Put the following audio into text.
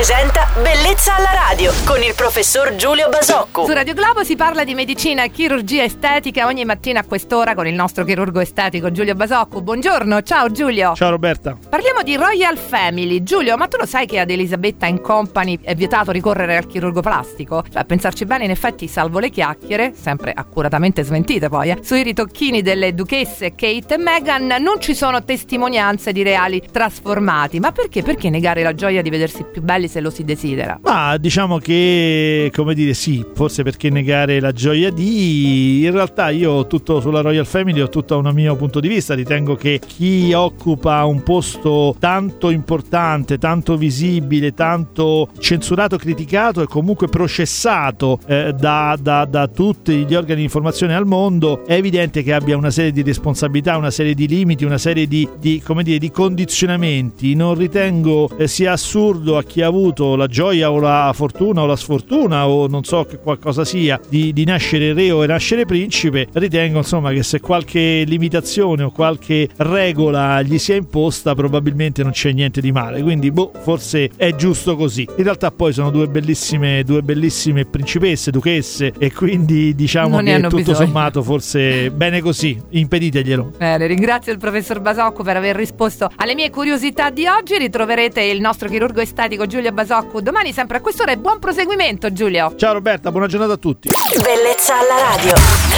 presenta Bellezza alla radio con il professor Giulio Basocco. Su Radio Globo si parla di medicina e chirurgia estetica ogni mattina a quest'ora con il nostro chirurgo estetico Giulio Basocco. Buongiorno, ciao Giulio. Ciao Roberta. Parliamo di Royal Family. Giulio, ma tu lo sai che ad Elisabetta & Company è vietato ricorrere al chirurgo plastico? Cioè, a pensarci bene, in effetti, salvo le chiacchiere, sempre accuratamente smentite poi, sui ritocchini delle duchesse Kate e Meghan non ci sono testimonianze di reali trasformati. Ma perché? Perché negare la gioia di vedersi più belli se lo si desidera? Ma diciamo che, come dire, sì, forse perché negare la gioia di... In realtà io tutto sulla Royal Family ho tutto un mio punto di vista. Ritengo che chi occupa un posto tanto importante, tanto visibile, tanto censurato, criticato e comunque processato da tutti gli organi di informazione al mondo, è evidente che abbia una serie di responsabilità, una serie di limiti, una serie di condizionamenti. Non ritengo sia assurdo a chi ha avuto la gioia o la fortuna o la sfortuna o non so che qualcosa sia di nascere re o nascere principe. Ritengo insomma che se qualche limitazione o qualche regola gli sia imposta probabilmente non c'è niente di male, quindi forse è giusto così. In realtà poi sono due bellissime principesse, duchesse, e quindi diciamo che tutto bisogno. Sommato forse bene così, impediteglielo. Bene, ringrazio il professor Basocco per aver risposto alle mie curiosità di oggi. Ritroverete il nostro chirurgo estetico Giulio Basocco domani sempre a quest'ora e buon proseguimento Giulio. Ciao Roberta, buona giornata a tutti. Bellezza alla radio.